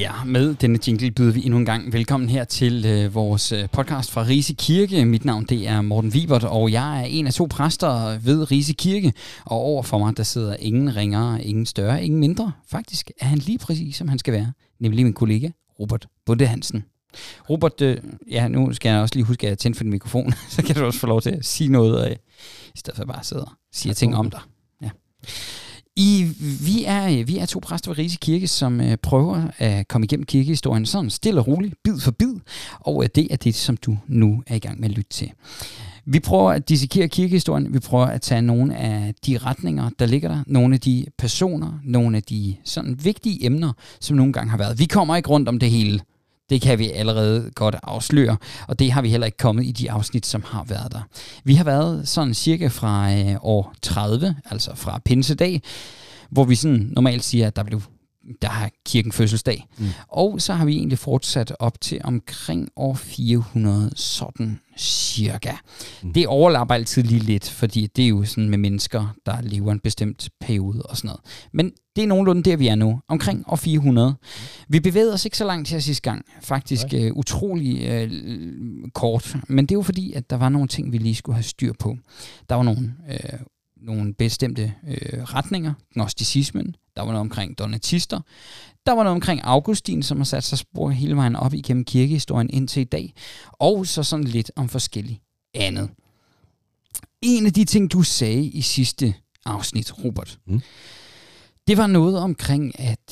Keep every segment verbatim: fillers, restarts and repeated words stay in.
Ja, med denne jingle byder vi endnu en gang velkommen her til øh, vores podcast fra Rise Kirke. Mit navn det er Morten Vibert, og jeg er en af to præster ved Rise Kirke. Og over for mig der sidder ingen ringere, ingen større, ingen mindre. Faktisk er han lige præcis som han skal være, nemlig min kollega Robert Bunde Hansen. Robert, øh, ja nu skal jeg også lige huske at tænde for din mikrofon, så kan du også få lov til at sige noget, øh, i stedet for bare at sidde og sige ting om dig. Ja. I, vi, er, vi er to præster ved Rise Kirke, som øh, prøver at komme igennem kirkehistorien sådan stille og roligt, bid for bid, og øh, det er det, som du nu er i gang med at lytte til. Vi prøver at dissekere kirkehistorien, vi prøver at tage nogle af de retninger, der ligger der, nogle af de personer, nogle af de sådan vigtige emner, som nogle gange har været. Vi kommer ikke rundt om det hele. Det kan vi allerede godt afsløre, og det har vi heller ikke kommet i de afsnit, som har været der. Vi har været sådan cirka fra øh, år tredive, altså fra pinsedag, hvor vi sådan normalt siger, at der blev der har kirken fødselsdag. Mm. Og så har vi egentlig fortsat op til omkring år fire hundrede, sådan cirka. Mm. Det overlapper altid lige lidt, fordi det er jo sådan med mennesker, der lever en bestemt periode og sådan noget. Men det er nogenlunde der, vi er nu, omkring år fire hundrede. Vi bevægede os ikke så langt til sidste gang. Faktisk øh, utrolig øh, kort. Men det er jo fordi, at der var nogle ting, vi lige skulle have styr på. Der var nogle... Øh, nogle bestemte øh, retninger, gnosticismen, der var noget omkring donatister, der var noget omkring Augustin, som har sat sig spor hele vejen op igennem kirkehistorien indtil i dag, og så sådan lidt om forskelligt andet. En af de ting, du sagde i sidste afsnit, Robert, mm. det var noget omkring, at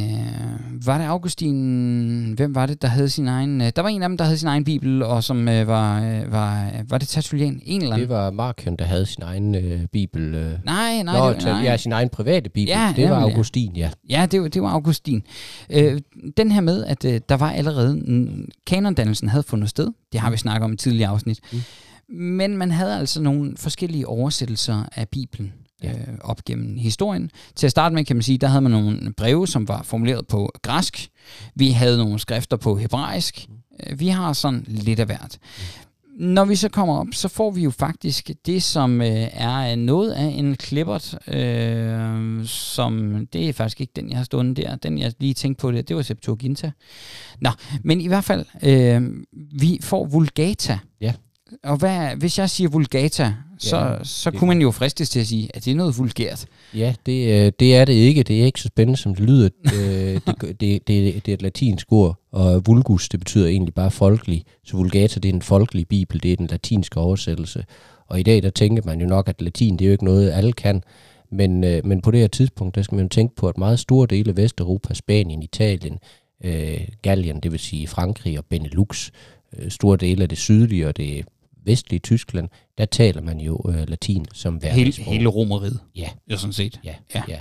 øh, var det Augustin, hvem var det, der havde sin egen, øh, der var en af dem, der havde sin egen bibel, og som øh, var, øh, var, var det Tertullian? En eller anden? Det var Markion, der havde sin egen øh, bibel. Øh. Nej, nej. Nå, det, nej. Ja, sin egen private bibel. Ja, det var jamen, Augustin, ja. Ja, det var, det var Augustin. Øh, den her med, at øh, der var allerede, kanondannelsen havde fundet sted, det har vi snakket om i tidligere afsnit, mm. men man havde altså nogle forskellige oversættelser af Bibelen. Ja. Øh, op gennem historien. Til at starte med kan man sige, der havde man nogle breve, som var formuleret på græsk. Vi havde nogle skrifter på hebraisk. Mm. Vi har sådan lidt af hvert. Mm. Når vi så kommer op, så får vi jo faktisk det, som øh, er noget af en klippert, øh, som, det er faktisk ikke den, jeg har stående der. Den, jeg lige tænkte på det, det var Septuaginta. Nå, men i hvert fald, øh, vi får Vulgata. Ja. Og hvad, hvis jeg siger Vulgata, så, ja, så kunne man jo fristes til at sige, at det er noget vulgært. Ja, det, det er det ikke. Det er ikke så spændende, som det lyder. det, det, det, det er et latinsk ord, og vulgus, det betyder egentlig bare folkelig. Så Vulgata, det er en folkelig bibel, det er den latinske oversættelse. Og i dag, der tænker man jo nok, at latin, det er jo ikke noget, alle kan. Men, men på det her tidspunkt, der skal man jo tænke på, at meget store dele af Vesteuropa, Spanien, Italien, øh, Gallien, det vil sige Frankrig og Benelux, øh, store dele af det sydlige og det vestlige Tyskland, der taler man jo øh, latin som hverdagsprog. Hele, hele Romeriet. Ja. Ja, sådan set. Ja, ja. ja.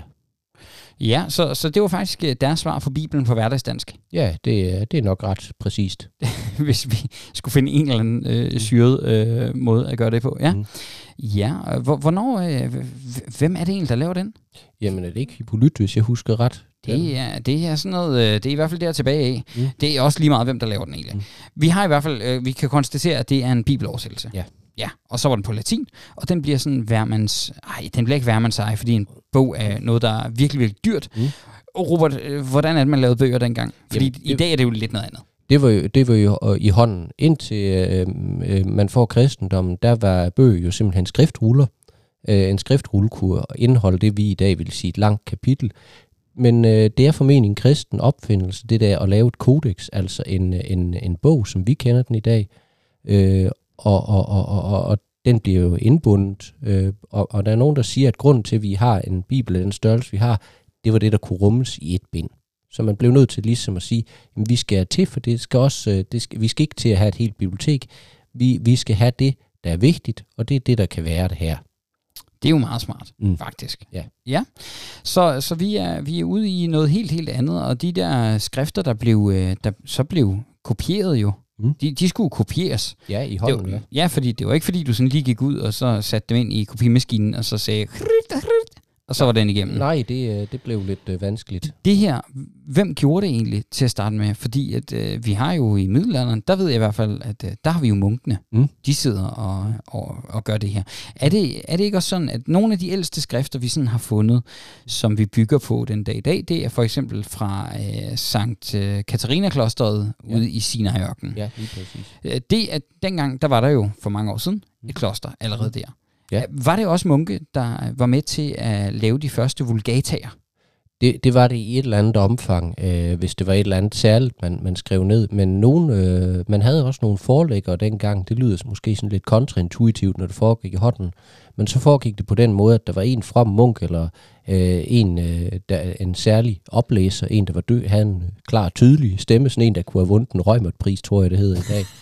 Ja, så, så det var faktisk deres svar på Bibelen på hverdagsdansk. Ja, det, det er nok ret præcist. Hvis vi skulle finde en eller anden øh, syret øh, måde at gøre det på. Ja, mm. ja. Hvornår, øh, hvem er det egentlig, der laver den? Jamen er det ikke Hippolyt, hvis jeg husker ret? Det er, det er sådan noget, det er i hvert fald der tilbage af. Mm. Det er også lige meget, hvem der laver den egentlig. Mm. Vi har i hvert fald, øh, vi kan konstatere, at det er en bibeloversættelse. Ja. Ja, og så var den på latin, og den bliver sådan hvermands, ej, den bliver ikke hvermands ej, fordi en bog er noget, der er virkelig, virkelig dyrt. Mm. Og Robert, øh, hvordan er det, man lavede bøger dengang? Fordi Jamen, det, i dag er det jo lidt noget andet. Det var jo, det var jo i hånden. Indtil øh, øh, man får kristendommen, der var bøger jo simpelthen skriftruller. Øh, en skriftrulle kunne indeholde det, vi i dag vil sige et langt kapitel. Men øh, det er formentlig en kristen opfindelse, det der at lave et kodex, altså en, en, en bog, som vi kender den i dag. Øh, og, og, og, og, og den bliver jo indbundet. Øh, og, og der er nogen, der siger, at grunden til, at vi har en bibel af den størrelse, vi har, det var det, der kunne rummes i et bind. Så man blev nødt til ligesom at sige, at vi skal til, for det skal også, det skal, vi skal ikke til at have et helt bibliotek. Vi, vi skal have det, der er vigtigt, og det er det, der kan være det her. Det er jo meget smart, mm. faktisk. Ja. Ja. Så, så vi, er, vi er ude i noget helt, helt andet, og de der skrifter, der blev, der så blev kopieret jo, mm. de, de skulle kopieres. Ja, i hånden, ja. Ja, fordi det var ikke fordi, du sådan lige gik ud, og så satte dem ind i kopimaskinen, og så sagde, og så var den igennem. Nej, det, det blev lidt øh, vanskeligt. Det her, hvem gjorde det egentlig til at starte med? Fordi at, øh, vi har jo i middelalderen, der ved jeg i hvert fald, at øh, der har vi jo munkene. Mm. De sidder og, og, og gør det her. Er det, er det ikke også sådan, at nogle af de ældste skrifter, vi sådan har fundet, som vi bygger på den dag i dag, det er for eksempel fra øh, Sankt øh, Katarina-klosteret ja. ude i Sinai-ørkenen. Ja, lige præcis. Det, at dengang, der var der jo for mange år siden et kloster allerede der. Ja. Var det også munke, der var med til at lave de første vulgataer? Det, det var det i et eller andet omfang, øh, hvis det var et eller andet særligt, man, man skrev ned. Men nogen, øh, man havde også nogle forlæggere dengang. Det lyder måske sådan lidt kontraintuitivt, når det foregik i hånden. Men så foregik det på den måde, at der var en from munk, eller øh, en, øh, der, en særlig oplæser, en der var død, havde en klar tydelig stemme, sådan en, der kunne have vundet en Reumertpris, tror jeg det hedder i dag.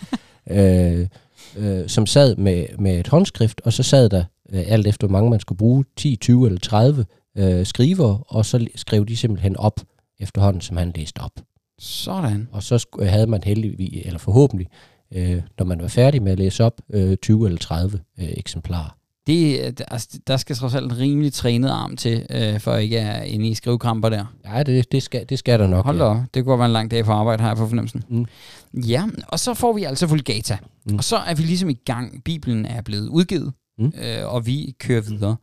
øh, øh, som sad med, med et håndskrift, og så sad der, øh, alt efter hvor mange man skulle bruge, ti, tyve eller tredive øh, skriver, og så skrev de simpelthen op efterhånden, som han læste op. Sådan. Og så sk- havde man heldigvis, eller forhåbentlig, øh, når man var færdig med at læse op, øh, tyve eller tredive øh, eksemplarer. Det, altså, der skal trods alt en rimelig trænet arm til, øh, for ikke er inde i skrivekramper der. Ja, det, det, skal, det skal der nok. Hold da, ja. Det kunne være en lang dag på arbejde her på fornemmelsen. Mm. Ja, og så får vi altså Vulgata. Mm. Og så er vi ligesom i gang. Bibelen er blevet udgivet, mm. øh, og vi kører videre.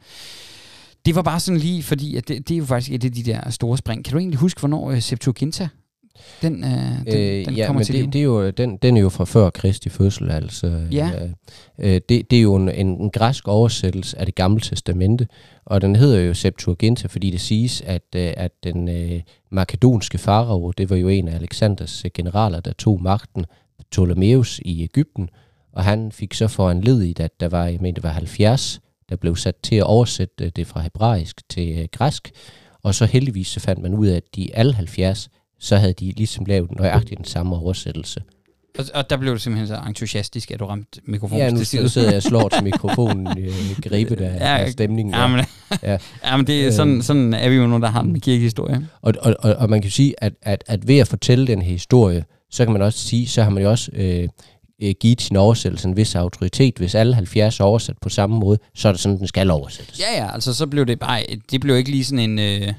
Det var bare sådan lige, fordi at det, det er jo faktisk et af de der store spring. Kan du egentlig huske, hvornår uh, Septuaginta den, uh, den, øh, den ja, kommer men til det, det er jo, den, den er jo fra før Kristi fødsel, altså. Ja. Øh, det, det er jo en, en, en græsk oversættelse af det gamle testamente, og den hedder jo Septuaginta, fordi det siges, at, at den øh, makedonske farao, det var jo en af Alexanders generaler, der tog magten, Ptolemæus i Egypten, og han fik så foranlediget, at der var, jeg mener, det var halvfjerds, der blev sat til at oversætte det fra hebraisk til øh, græsk, og så heldigvis så fandt man ud af, at de alle halvfjerds, så havde de ligesom lavet nøjagtigt den samme oversættelse. Og, og der blev du simpelthen så entusiastisk, at du ramte mikrofonen. Ja, nu sidder jeg og slår til mikrofonen, øh, gribet af, ja, af stemningen. Ja, men, ja. ja, men det er sådan, sådan er vi jo nogen, der har en kirkehistorie. Og, og, og, og man kan sige, at, at, at ved at fortælle den her historie, så kan man også sige, så har man jo også øh, givet sin oversættelse en vis autoritet. Hvis alle halvfjerds er oversat på samme måde, så er det sådan, den skal oversættes. Ja, ja, altså så blev det bare, det blev ikke lige sådan en, øh, øh,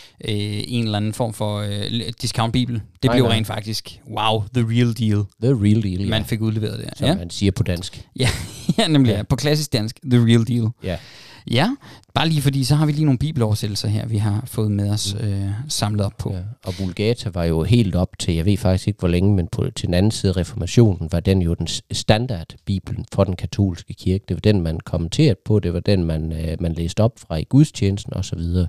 en eller anden form for øh, discount-bibel. Det nej, blev nej. rent faktisk, wow, the real deal. The real deal, ja. Man fik udleveret det. Som ja. man siger på dansk. Ja, ja nemlig, ja. På klassisk dansk, the real deal. Ja. Ja, bare lige fordi, så har vi lige nogle bibeloversættelser her, vi har fået med os øh, samlet op på. Ja. Og Vulgata var jo helt op til, jeg ved faktisk ikke hvor længe, men på, til den anden side af reformationen, var den jo den standardbibelen for den katolske kirke. Det var den, man kommenterede på, det var den, man, øh, man læste op fra i gudstjenesten og så videre.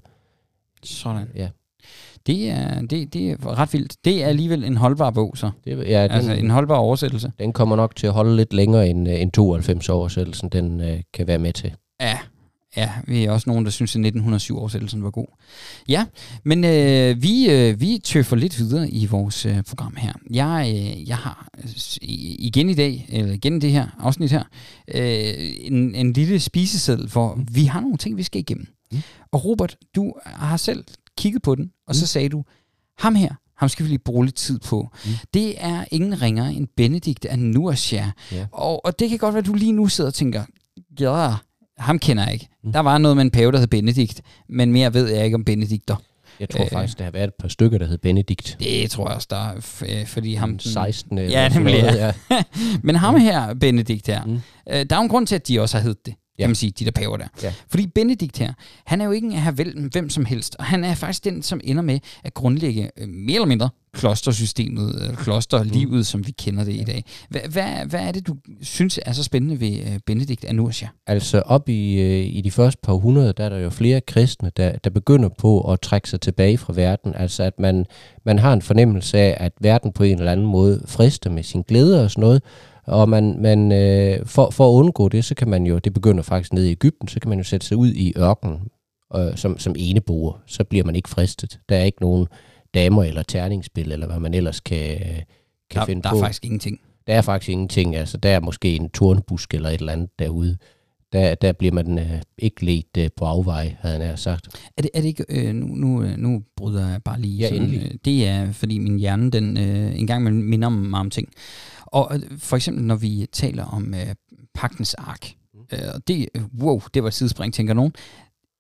Sådan. Ja. Det er, det, det er ret vildt. Det er alligevel en holdbar bog, så. Det, ja, den, altså en holdbar oversættelse. Den kommer nok til at holde lidt længere end, end tooghalvfems-oversættelsen, den øh, kan være med til. Ja. Ja, vi er også nogen, der synes, at nitten hundrede og syv-oversættelsen var god. Ja, men øh, vi, øh, vi tøffer lidt videre i vores øh, program her. Jeg, øh, jeg har øh, igen i dag, eller igen det her afsnit her, øh, en, en lille spiseseddel, hvor mm. vi har nogle ting, vi skal igennem. Mm. Og Robert, du har selv kigget på den, og mm. så sagde du, ham her, ham skal vi lige bruge lidt tid på. Mm. Det er ingen ringere end Benedikt af Nursia. Yeah. Og, og det kan godt være, at du lige nu sidder og tænker, ja, ham kender jeg ikke. Mm. Der var noget med en pave, der hed Benedikt, men mere ved jeg ikke om Benedikter. Jeg tror øh, faktisk, der har været et par stykker, der hed Benedikt. Det tror jeg også, der er, f- fordi ham... sekstende Ja, nemlig, ja. ja. Men ham her, Benedikt her, mm. øh, der er jo en grund til, at de også har heddet det, ja. Kan man sige, de der paver der. Ja. Fordi Benedikt her, han er jo ikke en her hvem som helst, og han er faktisk den, som ender med at grundlægge øh, mere eller mindre klostersystemet, øh, klosterlivet, mm. som vi kender det i dag. Hvad, hvad, hvad er det, du synes er så spændende ved øh, Benedikt af Nursia? Altså op i, øh, i de første par hundrede, der er der jo flere kristne, der, der begynder på at trække sig tilbage fra verden. Altså at man, man har en fornemmelse af, at verden på en eller anden måde frister med sin glæder og sådan noget, og man, man øh, for, for at undgå det, så kan man jo, det begynder faktisk nede i Egypten, så kan man jo sætte sig ud i ørkenen øh, som, som eneboer. Så bliver man ikke fristet. Der er ikke nogen damer eller terningsspil, eller hvad man ellers kan, kan der, finde der på. Der er faktisk ingenting. Der er faktisk ingenting. Altså, der er måske en tornbusk eller et eller andet derude. Der, der bliver man øh, ikke ledt øh, på afvej, havde jeg sagt. Er det, er det ikke, øh, nu, nu, nu bryder jeg bare lige ja, sådan, øh, det er, fordi min hjerne, den øh, en gang minder mig om ting. Og øh, for eksempel, når vi taler om øh, pagtens ark, øh, det, wow, det var et sidespring, tænker nogen.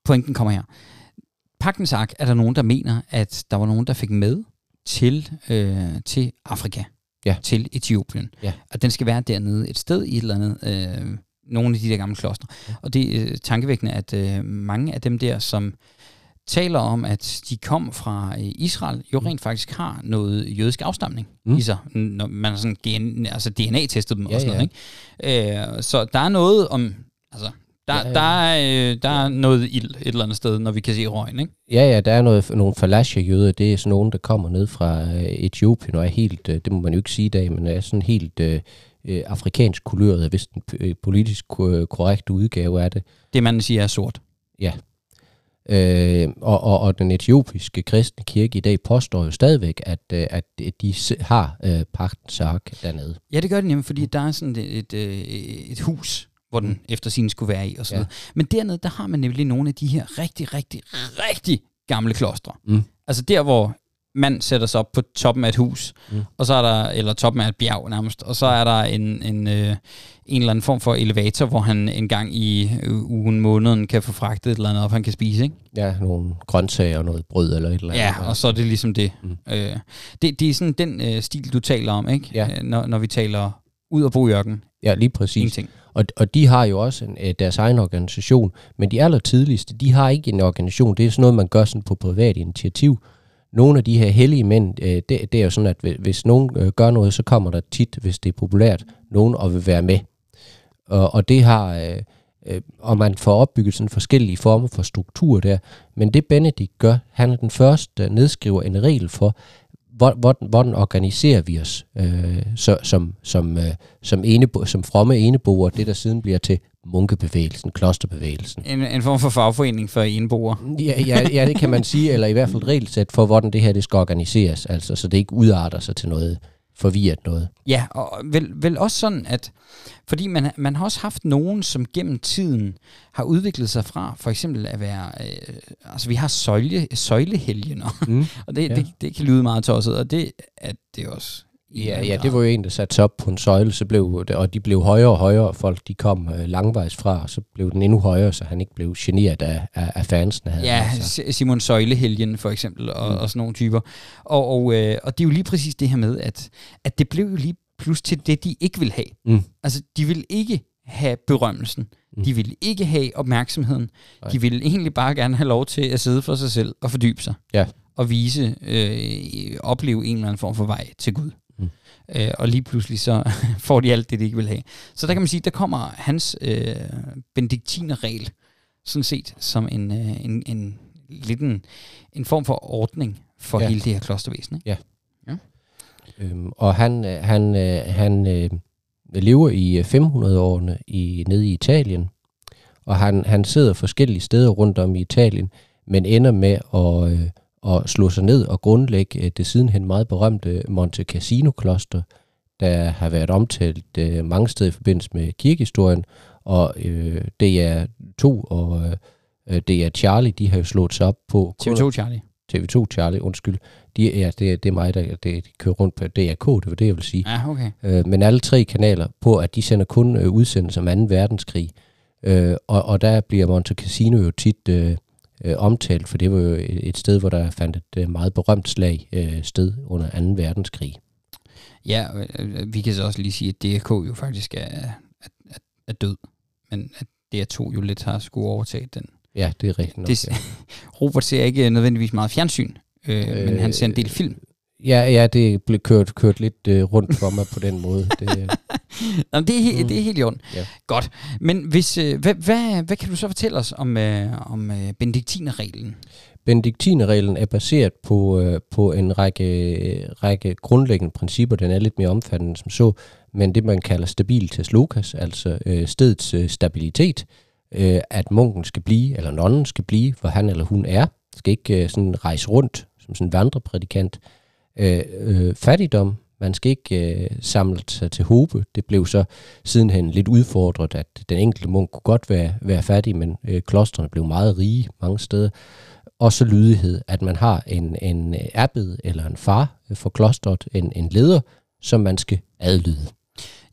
pointen kommer her. Pagtens ark er der nogen, der mener, at der var nogen, der fik med til, øh, til Afrika, ja. til Etiopien. Ja. Og den skal være dernede et sted i et eller andet, øh, nogle af de der gamle klostre. Ja. Og det er øh, tankevækkende, at øh, mange af dem der, som taler om, at de kom fra øh, Israel, jo rent faktisk har noget jødisk afstamning mm. i sig, når man har sådan gen, altså D N A-testet dem ja, og sådan noget. Ikke? Øh, så der er noget om... Altså, Der, ja, ja. der, er, øh, der er noget ild et eller andet sted, når vi kan se røgen, ikke? Ja, ja, der er noget, nogle falasha-jøder, det er sådan nogen, der kommer ned fra øh, Etiopien, og er helt, øh, det må man jo ikke sige i dag, men er sådan helt øh, øh, afrikansk kuløret, hvis den øh, politisk øh, korrekte udgave af det. Det, man siger, er sort. Ja. Øh, og, og, og den etiopiske kristne kirke i dag påstår jo stadigvæk, at, øh, at de har øh, pagtens ark dernede. Ja, det gør det nemlig, fordi der er sådan et, et, et, et hus, hvor den efter sin skulle være i, og sådan ja. noget. Men dernede, der har man nemlig nogle af de her rigtig, rigtig, rigtig gamle klostre. Mm. Altså der, hvor man sætter sig op på toppen af et hus, mm. og så er der, eller toppen af et bjerg nærmest, og så er der en, en, øh, en eller anden form for elevator, hvor han en gang i ugen, måneden kan få fragtet et eller andet op, han kan spise, ikke? Ja, nogle grøntsager og noget brød eller et eller andet. Ja, og så er det ligesom det. Mm. Øh, det, det er sådan den øh, stil, du taler om, ikke? Ja. Når, når vi taler ud og bo i ørken. Ja, lige præcis. Ingenting. Og, og de har jo også en, deres egen organisation, men de allertidligste, de har ikke en organisation. Det er sådan noget, man gør sådan på privat initiativ. Nogle af de her hellige mænd, øh, det, det er jo sådan, at hvis nogen øh, gør noget, så kommer der tit, hvis det er populært, nogen og vil være med. Og, og det har, øh, øh, og man får opbygget sådan forskellige former for struktur der. Men det Benedikt gør, han er den første, der nedskriver en regel for, Hvordan, hvordan organiserer vi os øh, så, som, som, øh, som, enebo, som fromme eneboere, det der siden bliver til munkebevægelsen, klosterbevægelsen. En, en form for fagforening for eneboere. Ja, ja, ja, det kan man sige, eller i hvert fald et regelsæt for, hvordan det her det skal organiseres, altså, så det ikke udarter sig til noget forvirret noget. Ja, og vel, vel også sådan, at fordi man, man har også haft nogen, som gennem tiden har udviklet sig fra, for eksempel at være, øh, altså vi har søjle, søjlehelgener, mm, og det, ja. det, det kan lyde meget tosset, og det er det også. Ja, ja, det var jo en, der satte sig op på en søjle, så blev det, og de blev højere og højere, og folk de kom øh, langvejs fra, og så blev den endnu højere, så han ikke blev generet af, af, af fansene. Ja, altså. Simon Søjlehelgen for eksempel, og, mm. og sådan nogle typer. Og, og, øh, og det er jo lige præcis det her med, at, at det blev jo lige plus til det, de ikke vil have. Mm. Altså, de vil ikke have berømmelsen. Mm. De vil ikke have opmærksomheden. Nej. De vil egentlig bare gerne have lov til at sidde for sig selv og fordybe sig. Ja. Og vise, øh, opleve en eller anden form for vej til Gud. Mm. Øh, og lige pludselig så får de alt det, de ikke vil have. Så der kan man sige, der kommer hans øh, benediktinerregel sådan set som en, øh, en, en, lidt en, en form for ordning for ja. hele det her klostervæsen. Ikke? Ja. ja. Øhm, og han, han, øh, han øh, lever i fem hundrede-årene i, nede i Italien, og han, han sidder forskellige steder rundt om i Italien, men ender med at... Øh, og slå sig ned og grundlægge det sidenhen meget berømte Monte Cassino-kloster, der har været omtalt øh, mange steder i forbindelse med kirkehistorien, og øh, D R to og øh, D R Charlie, de har jo slået sig op på... T V to Charlie. T V to Charlie, undskyld. De, ja, det, det er mig, der det, de kører rundt på D R K, det var det, jeg vil sige. Ja, okay. Øh, men alle tre kanaler på, at de sender kun øh, udsendelser om anden verdenskrig, øh, og, og der bliver Monte Cassino jo tit... Øh, Øh, omtalt, for det var jo et, et sted, hvor der fandt et øh, meget berømt slag øh, sted under anden verdenskrig. Ja, øh, vi kan så også lige sige, at D R K jo faktisk er, er, er, er død, men at D R to jo lidt har skulle overtage den. Ja, det er rigtigt nok. Det, ja. Robert ser ikke nødvendigvis meget fjernsyn, øh, øh, men han ser en del film. Ja, ja, det blev kørt, kørt lidt øh, rundt for mig på den måde. Det, Nå, det, er, mm. det er helt i orden. Ja. Godt. Men hvis, øh, hvad, hvad, hvad kan du så fortælle os om, øh, om øh, benediktinerreglen? Benediktinerreglen er baseret på, øh, på en række, række grundlæggende principper. Den er lidt mere omfattende som så, men det man kalder stabilitas locus, altså øh, stedets øh, stabilitet, øh, at munken skal blive, eller nonnen skal blive, hvor han eller hun er, skal ikke øh, sådan rejse rundt som sådan en vandreprædikant. Øh, øh, fattigdom, man skal ikke øh, samle sig til hobe. Det blev så sidenhen lidt udfordret, at den enkelte munk kunne godt være, være fattig, men øh, klostrene blev meget rige mange steder. Og så lydighed, at man har en, en abbed eller en far for klostret, en, en leder, som man skal adlyde.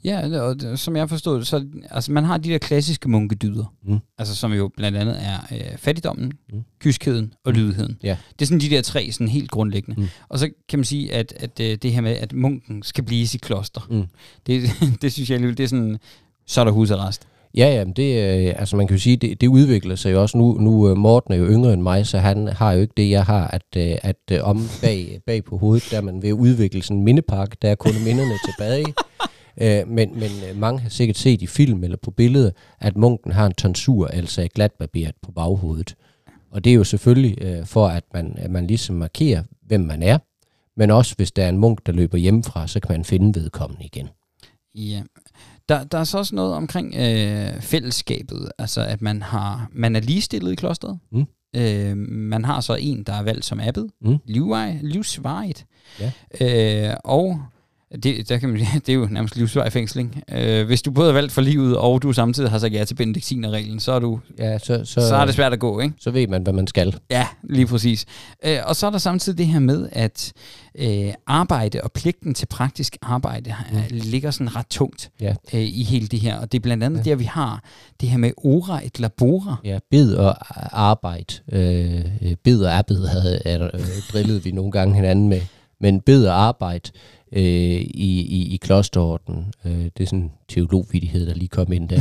Ja, og som jeg forstod det, så altså, man har de der klassiske munkedyder, mm. altså, som jo blandt andet er øh, fattigdommen, mm. kyskheden og lydigheden. Ja. Det er sådan de der tre sådan helt grundlæggende. Mm. Og så kan man sige, at, at det her med, at munken skal blive i sit kloster, mm. det, det synes jeg det er sådan, så er der husarrest. Ja, ja, men det, øh, altså man kan jo sige, det, det udvikler sig jo også nu. Nu Morten er jo yngre end mig, så han har jo ikke det, jeg har, at, øh, at øh, om bag, bag på hovedet, der man ved at udvikle sådan en mindepark, der er kun minderne tilbage. Øh, men, men mange har sikkert set i film eller på billeder, at munken har en tonsur, altså glatbarberet på baghovedet. Og det er jo selvfølgelig øh, for, at man, at man ligesom markerer, hvem man er, men også hvis der er en munk, der løber hjemmefra, så kan man finde vedkommende igen. Ja, der, der er så også noget omkring øh, fællesskabet, altså at man har man er ligestillet i klosteret. Mm. Øh, man har så en, der er valgt som abbed, mm. livsvarigt, ja. øh, og det, der kan man, det er jo nærmest livsvarig fængsling. Øh, hvis du både er valgt for livet, og du samtidig har sagt ja til benediktinerreglen, så er du, ja, så, så, så er det svært at gå, ikke? Så ved man, hvad man skal. Ja, lige præcis. Øh, og så er der samtidig det her med, at øh, arbejde og pligten til praktisk arbejde mm. øh, ligger sådan ret tungt ja. øh, i hele det her. Og det er blandt andet ja. der, vi har det her med ora et labora. Ja, bed og arbejde. Øh, bed og abbed havde øh, drillet vi nogle gange hinanden med. Men bed og arbejde øh, i, i, i klosterordenen, øh, det er sådan en teologvittighed, der lige kom ind der.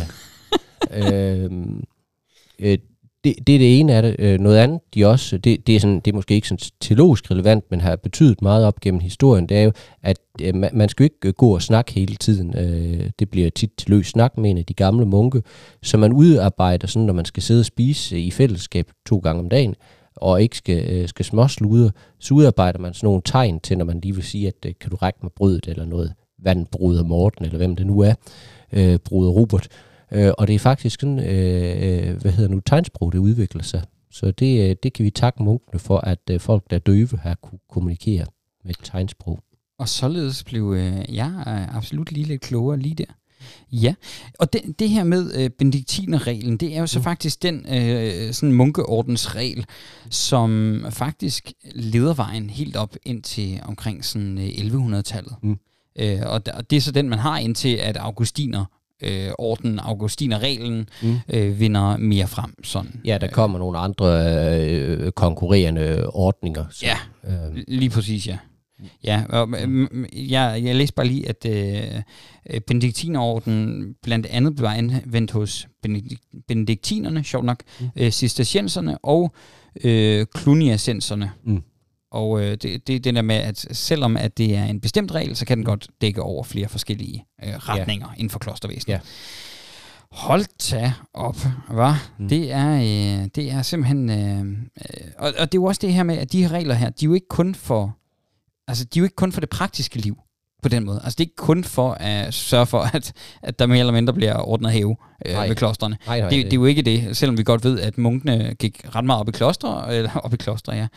øh, øh, det, det er det ene af det. Øh, noget andet, de også, det, det, er sådan, det er måske ikke sådan teologisk relevant, men har betydet meget op gennem historien, det er jo, at øh, man, man skal jo ikke gå og snakke hele tiden. Øh, det bliver tit til løs snak med en af de gamle munke, så man udarbejder sådan, når man skal sidde og spise i fællesskab to gange om dagen, og ikke skal, øh, skal småslude, så udarbejder man sådan nogle tegn til, når man lige vil sige, at øh, kan du række mig brødet, eller noget vandbruder Morten, eller hvem det nu er, øh, bruder Robert. Øh, og det er faktisk sådan, øh, hvad hedder nu, tegnsprog, det udvikler sig. Så det, øh, det kan vi takke munkene for, at øh, folk, der er døve, har kunne kommunikere med tegnsprog. Og således blev øh, jeg absolut lige lidt klogere lige der. Ja, og det, det her med øh, benediktinerreglen, det er jo så mm. faktisk den øh, sådan munkeordensregel, som faktisk leder vejen helt op ind til omkring sådan øh, elleve hundrede-tallet. Mm. Øh, og, og det er så den, man har indtil, at Augustiner øh, orden, Augustinerreglen mm. øh, vinder mere frem. Sådan. Ja, der kommer øh, nogle andre øh, konkurrerende ordninger. Så, ja, øh. lige præcis, ja. Ja, og jeg, jeg læste bare lige, at øh, benediktinerorden blandt andet blev anvendt hos benedikt, benediktinerne, sjovt nok, mm. øh, cistercienserne og øh, cluniacenserne. Mm. Og øh, det, det er det der med, at selvom at det er en bestemt regel, så kan den godt dække over flere forskellige øh, retninger ja. inden for klostervæsenet. Ja. Hold da op, hva? Mm. Det er øh, det er simpelthen øh, øh, og, og det er jo også det her med, at de her regler her, de er jo ikke kun for Altså, de er jo ikke kun for det praktiske liv på den måde. Altså, det er ikke kun for at sørge for, at, at der mere eller mindre bliver ordnet have øh, ved klostrene. Nej, nej, det, det er jo ikke det, selvom vi godt ved, at munkene gik ret meget op i klostre, eller op i klostre, ja.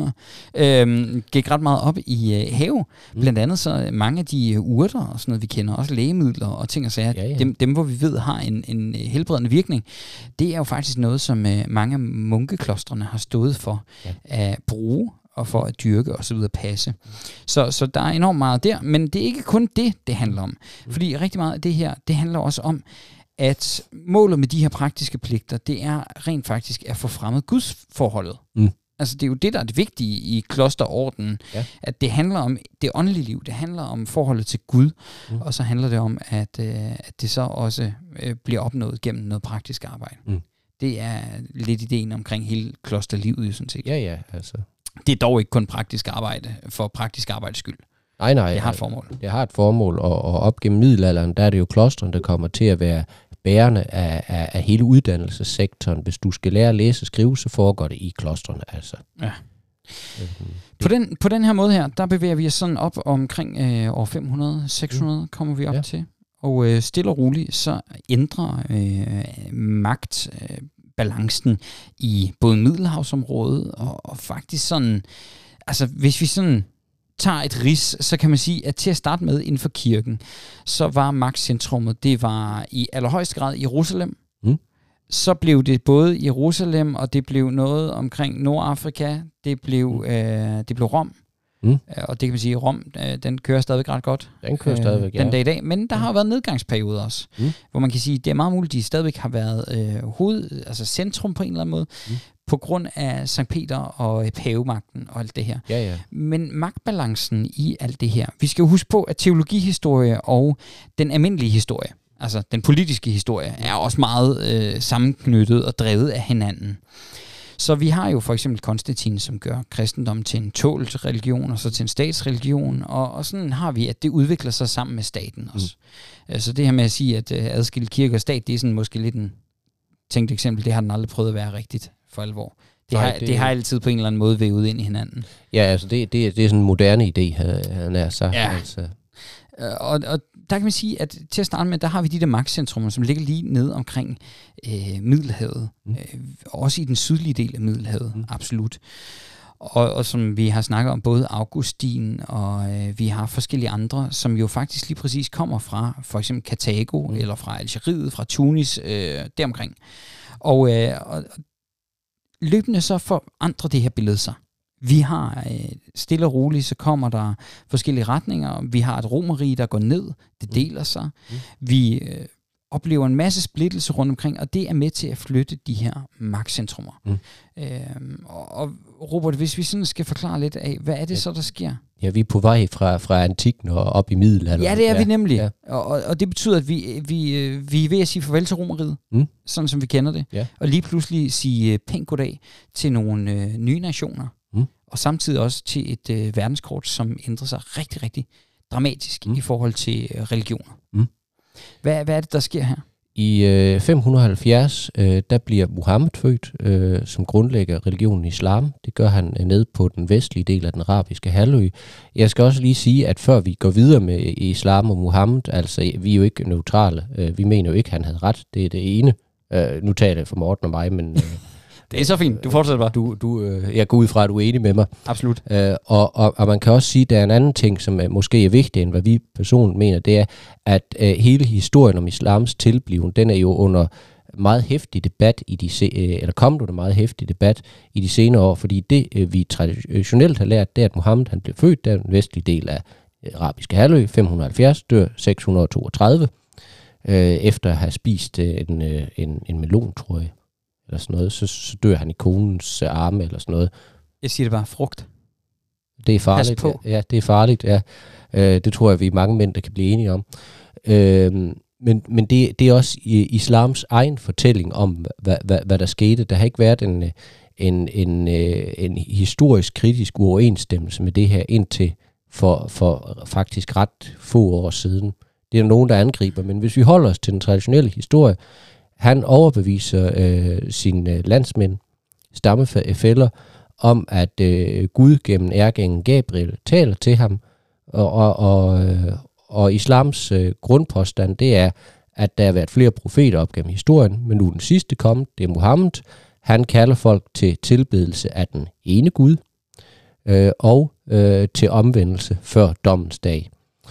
øhm, gik ret meget op i øh, have. Mm. Blandt andet så mange af de uh, urter og sådan noget, vi kender, også lægemidler og ting og sager, ja, ja. Dem, dem, hvor vi ved har en, en helbredende virkning, det er jo faktisk noget, som øh, mange af munkeklostrene har stået for ja. at bruge, og for at dyrke og så videre passe. Så, så der er enormt meget der, men det er ikke kun det, det handler om. Fordi rigtig meget af det her, det handler også om, at målet med de her praktiske pligter, det er rent faktisk at få fremmet gudsforholdet. Mm. Altså det er jo det, der er det vigtige i klosterordenen, ja. At det handler om det åndelige liv, det handler om forholdet til Gud, mm. og så handler det om, at, øh, at det så også øh, bliver opnået gennem noget praktisk arbejde. Mm. Det er lidt ideen omkring hele klosterlivet, jo sådan set. Ja, ja, altså. Det er dog ikke kun praktisk arbejde for praktisk arbejdes skyld. Nej, nej. Det har et formål. Det har et formål, og, og op gennem middelalderen, der er det jo klostrene, der kommer til at være bærende af, af, af hele uddannelsessektoren. Hvis du skal lære at læse og skrive, så foregår det i klostrene, altså. Ja. Mm-hmm. På den, på den her måde her, der bevæger vi os sådan op omkring øh, år fem hundrede seks hundrede, mm. kommer vi op ja. til. Og øh, stille og roligt, så ændrer øh, magt... Øh, balancen i både Middelhavsområdet og, og faktisk sådan, altså hvis vi sådan tager et rids, så kan man sige, at til at starte med inden for kirken, så var magtcentrummet, det var i allerhøjeste grad Jerusalem. Mm. Så blev det både Jerusalem, og det blev noget omkring Nordafrika, det blev, mm. øh, det blev Rom, Mm. Og det kan man sige, Rom, den kører stadigvæk ret godt. Den kører stadigvæk, øh, den ja. dag i dag. Men der har jo været nedgangsperioder også, mm. hvor man kan sige, det er meget muligt, at de stadigvæk har været øh, hoved, altså centrum på en eller anden måde, mm. på grund af Sankt Peter og pavemagten og alt det her. Ja, ja. Men magtbalancen i alt det her. Vi skal jo huske på, at teologihistorie og den almindelige historie, altså den politiske historie, er også meget øh, sammenknyttet og drevet af hinanden. Så vi har jo for eksempel Konstantin, som gør kristendommen til en tålt religion, og så til en statsreligion, og, og sådan har vi, at det udvikler sig sammen med staten også. Mm. Så det her med at sige, at uh, adskille kirke og stat, det er sådan måske lidt en tænkt eksempel, det har den aldrig prøvet at være rigtigt for alvor. Det, Nej, har, det, det har altid på en eller anden måde vævet ind i hinanden. Ja, altså det, det, det er sådan en moderne idé, han er sagt. Ja. Altså. Og, og der kan man sige, at til at starte med, der har vi de der magtcentrummer, som ligger lige nede omkring øh, Middelhavet. Mm. Øh, også i den sydlige del af Middelhavet, mm. absolut. Og, og som vi har snakket om, både Augustin og øh, vi har forskellige andre, som jo faktisk lige præcis kommer fra for eksempel Karthago, mm. eller fra Algeriet, fra Tunis, øh, deromkring. Og, øh, og løbende så forandrer det her billede sig. Vi har øh, stille og roligt, så kommer der forskellige retninger. Vi har et romerrige, der går ned. Det deler sig. Mm. Vi øh, oplever en masse splittelse rundt omkring, og det er med til at flytte de her magtcentrummer. Mm. Øhm, og, og Robert, hvis vi sådan skal forklare lidt af, hvad er det ja. så, der sker? Ja, vi er på vej fra, fra antikken og op i middelalderen. Ja, det er ja. vi nemlig. Ja. Og, og, og det betyder, at vi, vi, vi er ved at sige farvel til Romerriget, mm. sådan som vi kender det. Ja. Og lige pludselig sige pænt goddag til nogle øh, nye nationer. Mm. Og samtidig også til et øh, verdenskort, som ændrer sig rigtig, rigtig dramatisk mm. i forhold til øh, religioner. Mm. Hvad, hvad er det, der sker her? I øh, fem hundrede og halvfjerds, øh, der bliver Muhammed født, øh, som grundlægger religionen islam. Det gør han øh, ned på den vestlige del af den arabiske halvø. Jeg skal også lige sige, at før vi går videre med islam og Muhammed, altså vi er jo ikke neutrale. Øh, vi mener jo ikke, at han havde ret. Det er det ene. Øh, nu taler jeg for Morten og mig, men... Øh, det er så fint. Du fortsætter bare. Du, du, øh, jeg går ud fra, at du er enig med mig. Absolut. Øh, og, og, og man kan også sige, at der er en anden ting, som er, måske er vigtig, end hvad vi personligt mener, det er, at øh, hele historien om islams tilbliven, den er jo under meget hæftig debat, i de se, øh, eller kommet under meget hæftig debat i de senere år, fordi det, øh, vi traditionelt har lært, det er, at Muhammed han blev født der den vestlige del af arabiske halvø, fem hundrede og halvfjerds, dør seks hundrede og toogtredive, øh, efter at have spist øh, en, øh, en, en melon, tror jeg. Eller sådan noget, så, så dør han i konens arme, eller sådan noget. Jeg siger det bare, frugt. Det er farligt. Pas på. Ja, ja, det er farligt, ja. Øh, det tror jeg, vi er mange mænd, der kan blive enige om. Øh, men men det, det er også islams egen fortælling om, hvad, hvad, hvad der skete. Der har ikke været en, en, en, en historisk kritisk uoverensstemmelse med det her, indtil for, for faktisk ret få år siden. Det er nogen, der angriber, men hvis vi holder os til den traditionelle historie, han overbeviser øh, sine landsmænd, stammefæller, om at øh, Gud gennem ærkeenglen Gabriel taler til ham, og, og, og, øh, og islams øh, grundpåstand, det er, at der har været flere profeter op gennem historien, men nu den sidste kom, det er Muhammed. Han kalder folk til tilbedelse af den ene Gud, øh, og øh, til omvendelse før dommens dag.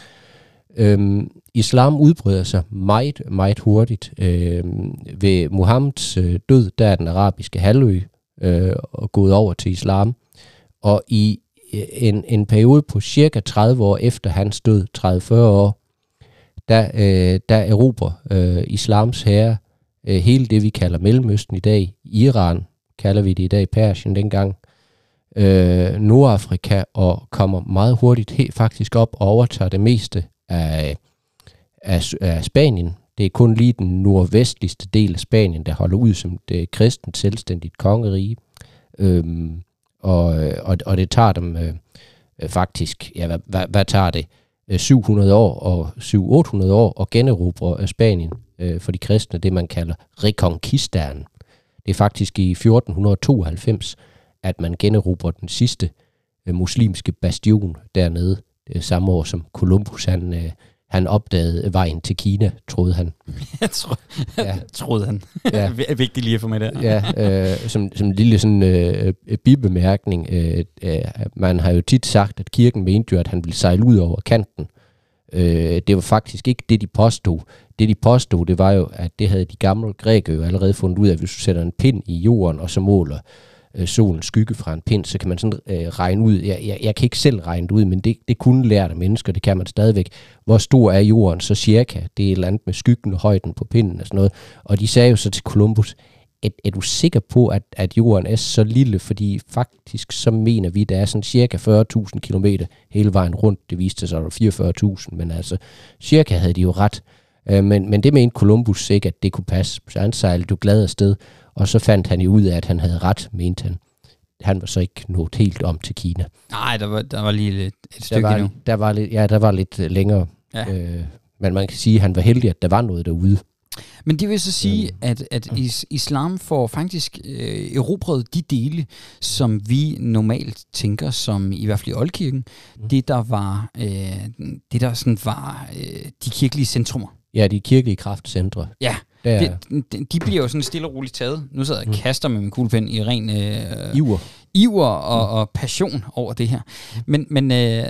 Øhm, Islam udbryder sig meget, meget hurtigt. Øh, ved Muhammeds øh, død, der er den arabiske halvø øh, gået over til islam. Og i en, en periode på cirka tredive år efter hans død, tredive til fyrre år, der, øh, der erobrer øh, islams herre øh, hele det, vi kalder Mellemøsten i dag. Iran kalder vi det i dag, Persien dengang. Øh, Nordafrika, og kommer meget hurtigt helt faktisk op og overtager det meste af Af, af Spanien. Det er kun lige den nordvestligste del af Spanien, der holder ud som det kristent selvstændigt kongerige. Øhm, og, og, og det tager dem øh, faktisk, ja, hvad, hvad, hvad tager det? syv hundrede år og syv til otte hundrede år at generobre Spanien øh, for de kristne, det man kalder Reconquistaen. Det er faktisk i fjorten tooghalvfems, at man generobrer den sidste øh, muslimske bastion dernede, øh, samme år som Columbus han øh, Han opdagede vejen til Kina, troede han. Jeg tro, ja. troede han. Ja. Det er vigtigt lige for mig der. Ja, øh, som, som en lille sådan, øh, bibemærkning. Øh, øh, man har jo tit sagt, at kirken mente jo, at han ville sejle ud over kanten. Øh, det var faktisk ikke det, de påstod. Det, de påstod, det var jo, at det havde de gamle grækere jo allerede fundet ud af, hvis du sætter en pind i jorden, og så måler øh, solens skygge fra en pind, så kan man sådan øh, regne ud, jeg, jeg, jeg kan ikke selv regne det ud, men det, det kunne lære af mennesker, det kan man stadigvæk. Hvor stor er jorden så cirka? Det er et eller andet med skyggen og højden på pinden og sådan noget. Og de sagde jo så til Columbus, er, er du sikker på, at, at jorden er så lille? Fordi faktisk så mener vi, der er sådan cirka fyrre tusind kilometer hele vejen rundt. Det viste sig så, at der var fireogfyrre tusind, men altså cirka havde de jo ret. Øh, men, men det mente Columbus ikke, at det kunne passe. Så han sejlede jo glad afsted, og så fandt han jo ud af, at han havde ret, mente han. Han var så ikke nået helt om til Kina. Nej, der var, der var lige lidt, et stykke der var, endnu. Der var lidt, ja, der var lidt længere. Ja. Øh, men man kan sige, at han var heldig, at der var noget derude. Men det vil så sige, mm. at, at is, islam får faktisk øh, erobret de dele, som vi normalt tænker som, i hvert fald i oldkirken, mm. det der var, øh, det der sådan var øh, de kirkelige centrumer. Ja, de kirkelige kraftcentre. Ja, det, de, de bliver jo sådan stille og roligt taget. Nu sidder jeg og kaster med min kuglepen i ren øh, iver, iver og, og passion over det her. Men, men øh,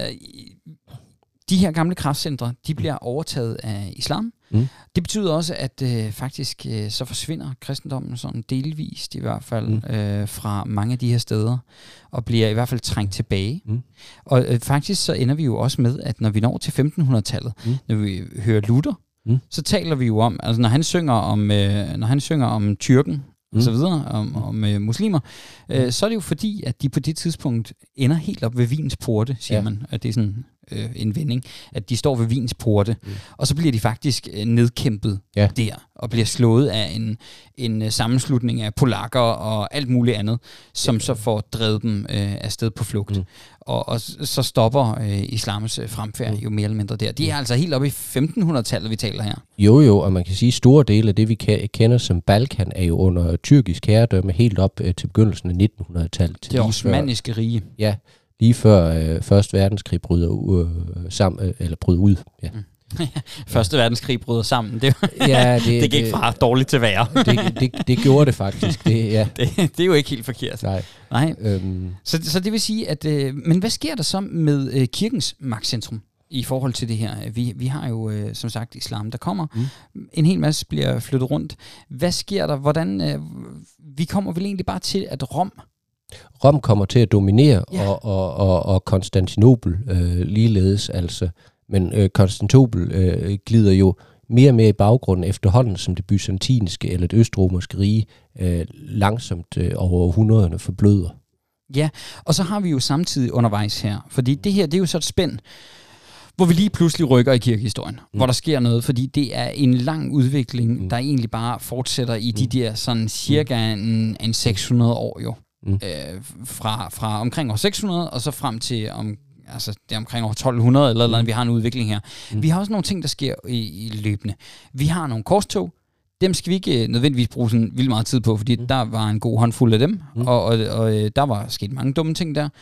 de her gamle kraftcentre, de bliver overtaget af islam. Mm. Det betyder også, at øh, faktisk øh, så forsvinder kristendommen sådan delvist i hvert fald mm. øh, fra mange af de her steder, og bliver i hvert fald trængt tilbage. Mm. Og øh, faktisk så ender vi jo også med, at når vi når til femtenhundredetallet, mm. når vi hører Luther, mm. så taler vi jo om, altså når han synger om, øh, når han synger om tyrken, mm. og så videre, om, om øh, muslimer, øh, mm. så er det jo fordi, at de på det tidspunkt ender helt op ved Wiens porte, siger ja. man. At det er sådan øh, en vending, at de står ved Wiens porte, mm. og så bliver de faktisk øh, nedkæmpet ja. der, og bliver slået af en, en uh, sammenslutning af polakker og alt muligt andet, som ja. så får drevet dem øh, afsted på flugt. Mm. Og, og så stopper øh, islams øh, fremfærd mm. jo mere eller mindre der. De er altså helt oppe i femtenhundredetallet, vi taler her. Jo jo, og man kan sige, at store dele af det, vi kender som Balkan, er jo under tyrkisk herredømme helt op øh, til begyndelsen af nittenhundredetallet. Det er osmanniske rige. Ja, lige før øh, Første Verdenskrig bryder, øh, sammen, øh, eller bryder ud. Ja. Mm. Første verdenskrig bryder sammen. Det, ja, det, det gik fra dårligt til værre. det, det, det gjorde det faktisk. Det, ja. det, det er jo ikke helt forkert. Nej. Nej. Øhm. Så, så det vil sige, at... Øh, men hvad sker der så med øh, kirkens magtcentrum i forhold til det her? Vi, vi har jo øh, som sagt islam, der kommer. Mm. En hel masse bliver flyttet rundt. Hvad sker der? Hvordan... Øh, vi kommer vel egentlig bare til, at Rom... Rom kommer til at dominere, ja. og, og, og, og Konstantinopel øh, ligeledes altså... Men øh, Konstantinopel øh, glider jo mere og mere i baggrunden efterhånden, som det byzantinske eller det østromerske rige øh, langsomt øh, over århundrederne forbløder. Ja, og så har vi jo samtidig undervejs her, fordi det her, det er jo så et spænd, hvor vi lige pludselig rykker i kirkehistorien, mm. hvor der sker noget, fordi det er en lang udvikling, mm. der egentlig bare fortsætter i mm. de der sådan cirka en, en seks hundrede år jo. Mm. Øh, fra, fra omkring år seks hundrede og så frem til om altså det er omkring år tolv hundrede eller eller andet, vi har en udvikling her. Mm. Vi har også nogle ting, der sker i, i løbende. Vi har nogle korstog. Dem skal vi ikke nødvendigvis bruge sådan vildt meget tid på, fordi mm. der var en god håndfuld af dem, mm. og, og, og der var sket mange dumme ting der.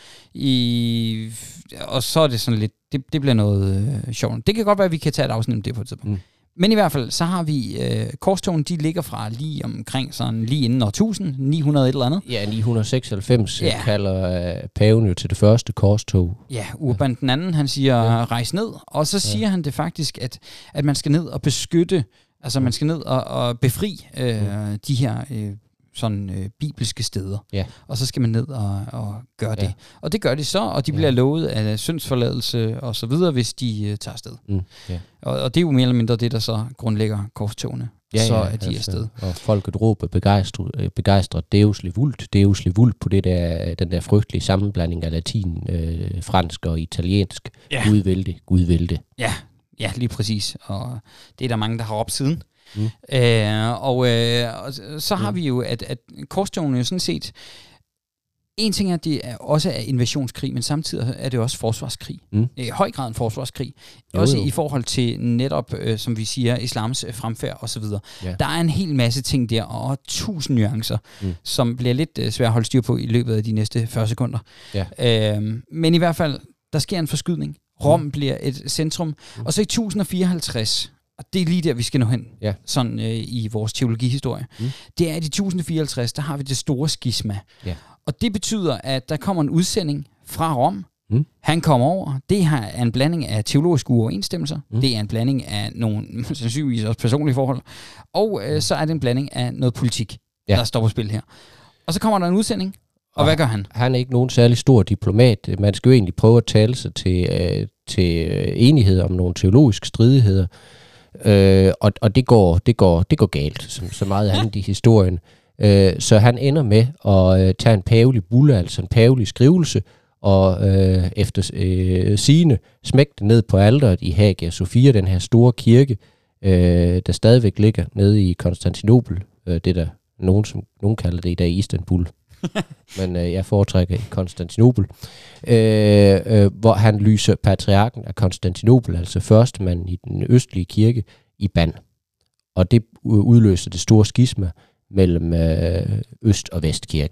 I, og så er det sådan lidt, det, det bliver noget øh, sjovt. Det kan godt være, at vi kan tage et afsnit om det på et tidspunkt. Mm. Men i hvert fald, så har vi øh, korstogen, de ligger fra lige omkring sådan lige inden år tusind, ni hundrede et eller andet. Ja, ni hundrede seksoghalvfems ja. kalder øh, paven jo til det første korstog. Ja, Urban den anden, han siger, ja. rejs ned, og så siger ja. han det faktisk, at, at man skal ned og beskytte, altså man skal ned og, og befri øh, ja. de her øh, sådan øh, bibelske steder. Ja. Og så skal man ned og, og gøre ja. det. Og det gør de så, og de bliver ja. lovet af syndsforladelse og så videre, hvis de øh, tager afsted. Mm. Ja. Og, og det er jo mere eller mindre det, der så grundlægger korstogene. Ja, så ja, er de altså, afsted. Og folket råber begejstret, begejstret Deus le vult, Deus le vult på det der, den der frygtelige sammenblanding af latin, øh, fransk og italiensk. Ja. Gud vil det, Gud vil det. Ja, ja, lige præcis. Og det er der mange, der har op siden. Mm. Øh, og, øh, og så har mm. vi jo, at, at korstogene jo sådan set, en ting er, at det er også er invasionskrig, men samtidig er det også forsvarskrig. Mm. I høj grad en forsvarskrig. Jo, også jo. I forhold til netop, øh, som vi siger, islams fremfærd osv. Yeah. Der er en hel masse ting der, og tusind nuancer, mm. som bliver lidt øh, svært at holde styr på i løbet af de næste fyrre sekunder. Yeah. Øh, men i hvert fald, der sker en forskydning. Rom mm. bliver et centrum. Mm. Og så i tusind fireoghalvtreds, og det er lige der, vi skal nå hen, yeah. sådan øh, i vores teologihistorie, mm. det er, at i tusind fireoghalvtreds, der har vi det store skisma. Yeah. Og det betyder, at der kommer en udsending fra Rom. Mm. Han kommer over. Det her er en blanding af teologiske uoverensstemmelser. Mm. Det er en blanding af nogle, sandsynligvis også personlige forhold. Og øh, så er det en blanding af noget politik, yeah. der står på spil her. Og så kommer der en udsending, Og hvad gør han? Han er ikke nogen særlig stor diplomat. Man skal jo egentlig prøve at tale sig til, øh, til enighed om nogle teologiske stridigheder. Øh, og og det, går, det, går, det går galt, som så meget andet i historien. Øh, så han ender med at øh, tage en pavelig bulle, altså en pavelig skrivelse, og øh, efter øh, sigende smække det ned på alteret i Hagia Sophia, den her store kirke, øh, der stadigvæk ligger nede i Konstantinopel. Øh, det der nogen, som, nogen kalder det i dag Istanbul. Men øh, jeg foretrækker i Konstantinopel, øh, øh, hvor han lyser patriarken af Konstantinopel, altså førstemand i den østlige kirke, i band. Og det udløser det store skisma mellem øh, Øst- og Vestkirken.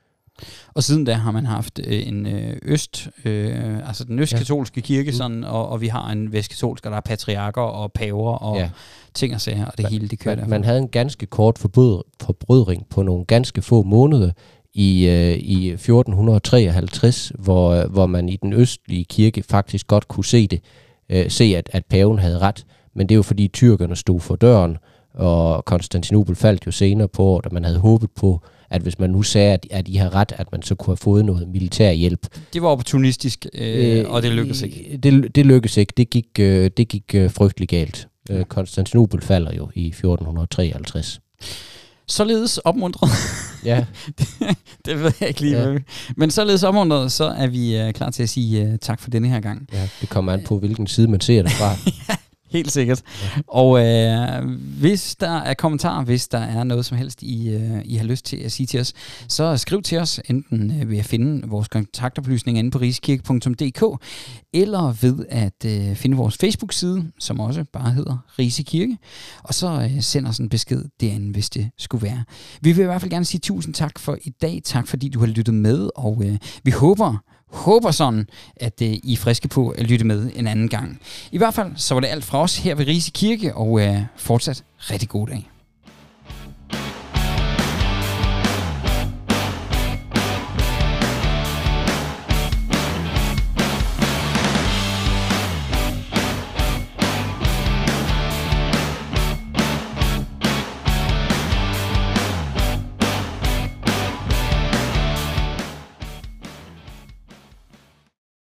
Og siden da har man haft øh, en øh, øst, øh, altså den østkatolske kirke, sådan, og, og vi har en vestkatolsk, og der er patriarker og paver og ja. ting og sager, og det man, hele det kører man, man havde en ganske kort forbryd, forbrydring på nogle ganske få måneder i, øh, i fjorten treoghalvtreds, hvor, hvor man i den østlige kirke faktisk godt kunne se det, øh, se at, at paven havde ret, men det er jo fordi tyrkerne stod for døren, og Konstantinopel faldt jo senere på, at man havde håbet på, at hvis man nu sagde, at, at I har ret, at man så kunne have fået noget militær hjælp. Det var opportunistisk, øh, øh, og det lykkedes ikke. Det, det lykkedes ikke. Det gik, øh, det gik øh, frygtelig galt. Øh, Konstantinopel falder jo i fjorten treoghalvtreds. Således opmuntret. Ja. det, det ved jeg ikke lige. Ja. Men således opmuntret, så er vi uh, klar til at sige uh, tak for denne her gang. Ja, det kommer an på, hvilken side man ser det fra. Ja. Helt sikkert. Ja. Og øh, hvis der er kommentarer, hvis der er noget som helst, I, øh, I har lyst til at sige til os, så skriv til os, enten øh, ved at finde vores kontaktoplysninger inde på risekirke punktum d k, eller ved at øh, finde vores Facebook-side, som også bare hedder Rise Kirke, og så øh, send os en besked derinde, hvis det skulle være. Vi vil i hvert fald gerne sige tusind tak for i dag. Tak fordi du har lyttet med, og øh, vi håber, håber sådan, at øh, I er friske på at lytte med en anden gang. I hvert fald så var det alt fra os her ved Rise Kirke, og øh, fortsat rigtig god dag.